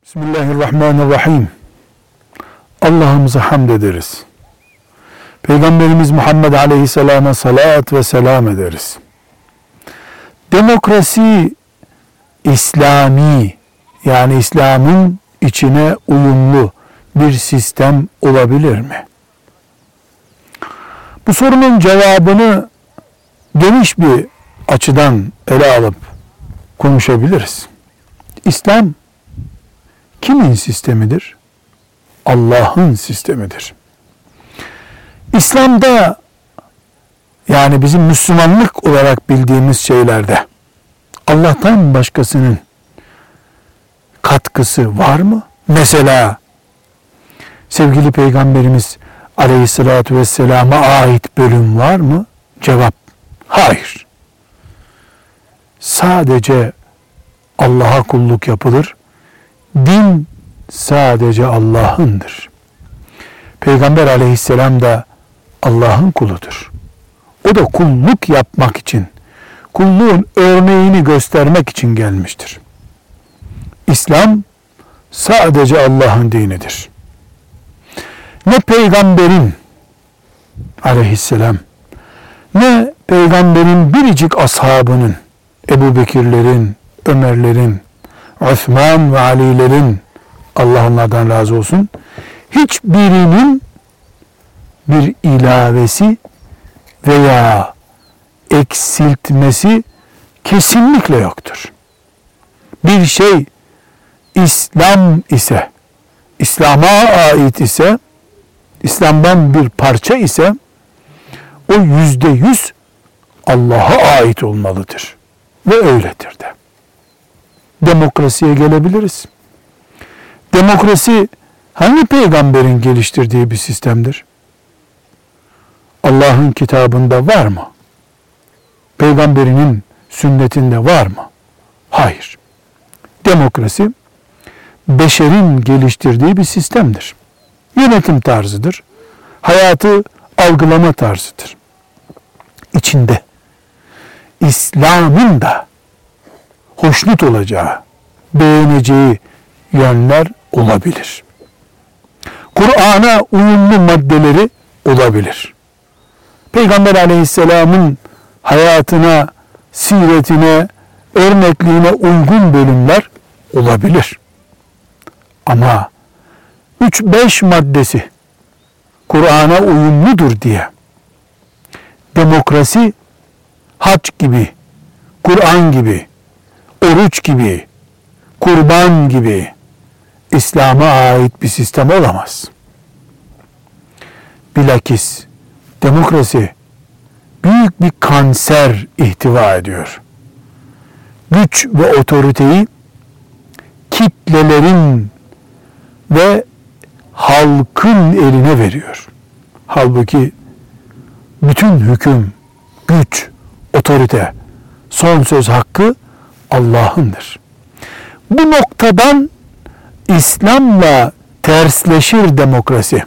Bismillahirrahmanirrahim. Allah'ımıza hamd ederiz. Peygamberimiz Muhammed Aleyhisselam'a salat ve selam ederiz. Demokrasi İslami, yani İslam'ın içine uyumlu bir sistem olabilir mi? Bu sorunun cevabını geniş bir açıdan ele alıp konuşabiliriz. İslam kimin sistemidir? Allah'ın sistemidir. İslam'da, yani bizim Müslümanlık olarak bildiğimiz şeylerde Allah'tan başkasının katkısı var mı? Mesela sevgili Peygamberimiz Aleyhisselatü Vesselam'a ait bölüm var mı? Cevap: hayır. Sadece Allah'a kulluk yapılır. Din sadece Allah'ındır. Peygamber Aleyhisselam da Allah'ın kuludur. O da kulluk yapmak için, kulluğun örneğini göstermek için gelmiştir. İslam sadece Allah'ın dinidir. Ne Peygamberin Aleyhisselam, ne Peygamberin biricik ashabının, Ebu Bekirlerin, Ömerlerin, Osman ve Ali'lerin, Allah onlardan razı olsun, hiçbirinin bir ilavesi veya eksiltmesi kesinlikle yoktur. Bir şey İslam ise, İslam'a ait ise, İslam'dan bir parça ise, o %100 Allah'a ait olmalıdır. Ve öyledir de. Demokrasiye gelebiliriz. Demokrasi hangi peygamberin geliştirdiği bir sistemdir? Allah'ın kitabında var mı? Peygamberinin sünnetinde var mı? Hayır. Demokrasi beşerin geliştirdiği bir sistemdir. Yönetim tarzıdır. Hayatı algılama tarzıdır. İçinde İslam'ın da hoşnut olacağı, beğeneceği yönler olabilir. Kur'an'a uyumlu maddeleri olabilir. Peygamber Aleyhisselam'ın hayatına, siretine, örnekliğine uygun bölümler olabilir. Ama 3-5 maddesi Kur'an'a uyumludur diye demokrasi hac gibi, Kur'an gibi, oruç gibi, kurban gibi İslam'a ait bir sistem olamaz. Bilakis demokrasi büyük bir kanser ihtiva ediyor. Güç ve otoriteyi kitlelerin ve halkın eline veriyor. Halbuki bütün hüküm, güç, otorite, son söz hakkı Allah'ındır. Bu noktadan İslam'la tersleşir demokrasi.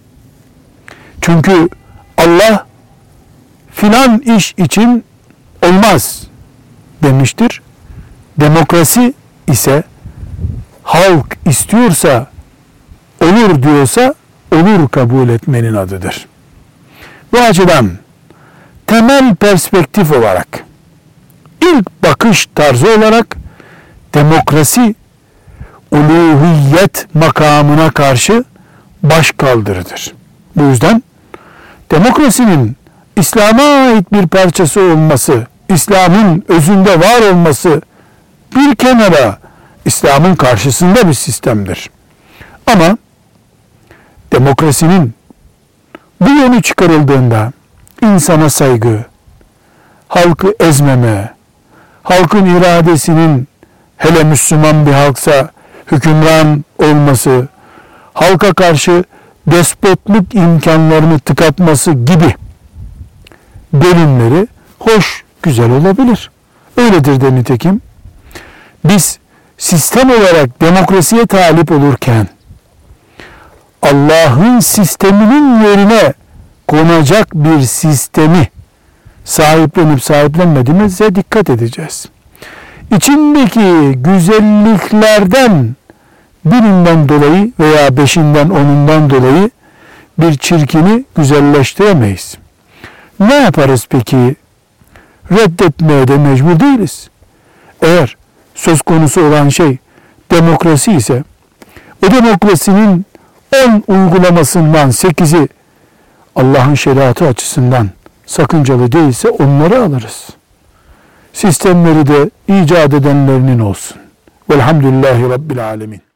Çünkü Allah filan iş için olmaz demiştir. Demokrasi ise halk istiyorsa, olur diyorsa olur kabul etmenin adıdır. Bu açıdan temel perspektif olarak, ilk bakış tarzı olarak demokrasi uluhiyet makamına karşı başkaldırıdır. Bu yüzden demokrasinin İslam'a ait bir parçası olması, İslam'ın özünde var olması bir kenara, İslam'ın karşısında bir sistemdir. Ama demokrasinin bu yönü çıkarıldığında insana saygı, halkı ezmeme, halkın iradesinin, hele Müslüman bir halksa hükümran olması, halka karşı despotluk imkanlarını tıkatması gibi bölümleri hoş, güzel olabilir. Öyledir de nitekim. Biz sistem olarak demokrasiye talip olurken Allah'ın sisteminin yerine konacak bir sistemi sahiplenip sahiplenmediğimize dikkat edeceğiz. İçindeki güzelliklerden birinden dolayı veya beşinden onundan dolayı bir çirkini güzelleştiremeyiz. Ne yaparız peki? Reddetmeye de mecbur değiliz. Eğer söz konusu olan şey demokrasi ise, o demokrasinin 10 uygulamasından 8'i Allah'ın şeriatı açısından sakıncalı değilse onları alırız. Sistemleri de icat edenlerinin olsun. Velhamdülillahi Rabbil Alemin.